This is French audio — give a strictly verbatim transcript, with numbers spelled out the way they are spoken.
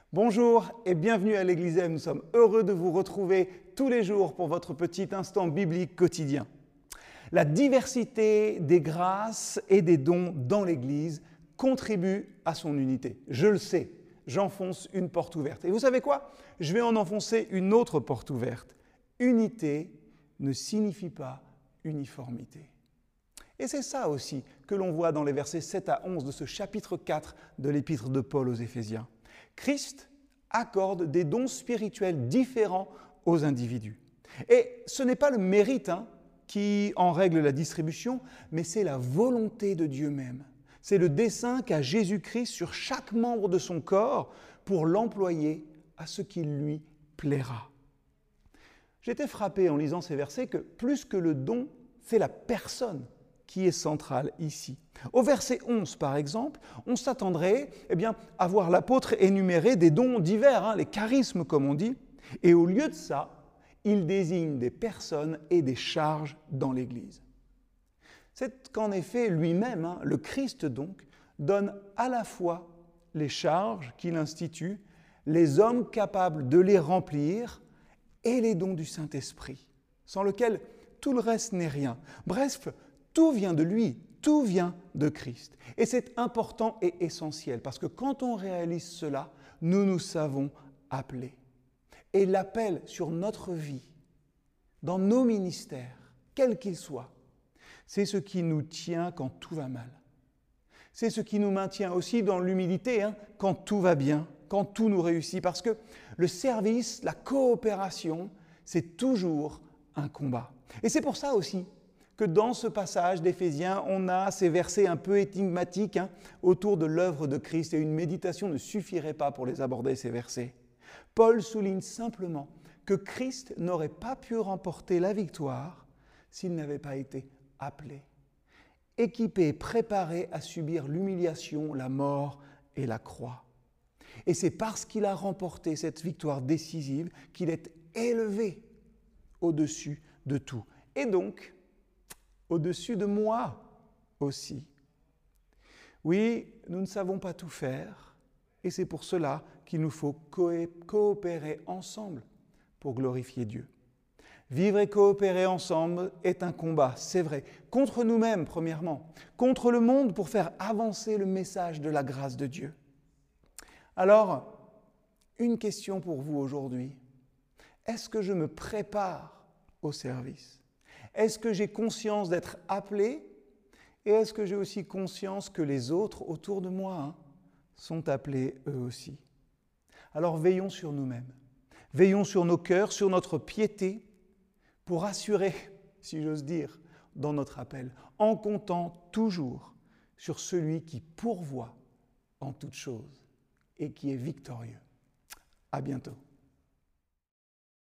Bonjour et bienvenue à l'Église M. Nous sommes heureux de vous retrouver tous les jours pour votre petit instant biblique quotidien. La diversité des grâces et des dons dans l'Église contribue à son unité. Je le sais, j'enfonce une porte ouverte. Et vous savez quoi? Je vais en enfoncer une autre porte ouverte. Unité ne signifie pas uniformité. Et c'est ça aussi que l'on voit dans les versets sept à onze de ce chapitre quatre de l'épître de Paul aux Éphésiens. Christ accorde des dons spirituels différents aux individus. Et ce n'est pas le mérite hein, qui en règle la distribution, mais c'est la volonté de Dieu même. C'est le dessein qu'a Jésus-Christ sur chaque membre de son corps pour l'employer à ce qui lui plaira. J'étais frappé en lisant ces versets que plus que le don, c'est la personne qui est centrale ici. Au verset onze, par exemple, on s'attendrait eh bien, à voir l'apôtre énumérer des dons divers, hein, les charismes comme on dit, et au lieu de ça, il désigne des personnes et des charges dans l'Église. C'est qu'en effet, lui-même, hein, le Christ donc, donne à la fois les charges qu'il institue, les hommes capables de les remplir et les dons du Saint-Esprit, sans lequel tout le reste n'est rien. Bref, tout vient de lui, tout vient de Christ. Et c'est important et essentiel, parce que quand on réalise cela, nous nous savons appelés. Et l'appel sur notre vie, dans nos ministères, quels qu'ils soient, c'est ce qui nous tient quand tout va mal. C'est ce qui nous maintient aussi dans l'humilité, hein, quand tout va bien, quand tout nous réussit. Parce que le service, la coopération, c'est toujours un combat. Et c'est pour ça aussi que dans ce passage d'Éphésiens, on a ces versets un peu énigmatiques hein, autour de l'œuvre de Christ. Et une méditation ne suffirait pas pour les aborder, ces versets. Paul souligne simplement que Christ n'aurait pas pu remporter la victoire s'il n'avait pas été appelé, équipé, préparé à subir l'humiliation, la mort et la croix. Et c'est parce qu'il a remporté cette victoire décisive qu'il est élevé au-dessus de tout. Et donc, au-dessus de moi aussi. Oui, nous ne savons pas tout faire, et c'est pour cela qu'il nous faut coopérer ensemble pour glorifier Dieu. Vivre et coopérer ensemble est un combat, c'est vrai, contre nous-mêmes premièrement, contre le monde pour faire avancer le message de la grâce de Dieu. Alors, une question pour vous aujourd'hui. Est-ce que je me prépare au service ? Est-ce que j'ai conscience d'être appelé? Et est-ce que j'ai aussi conscience que les autres autour de moi hein, sont appelés eux aussi? Alors veillons sur nous-mêmes, veillons sur nos cœurs, sur notre piété, pour assurer, si j'ose dire, dans notre appel, en comptant toujours sur celui qui pourvoit en toutes choses et qui est victorieux. À bientôt.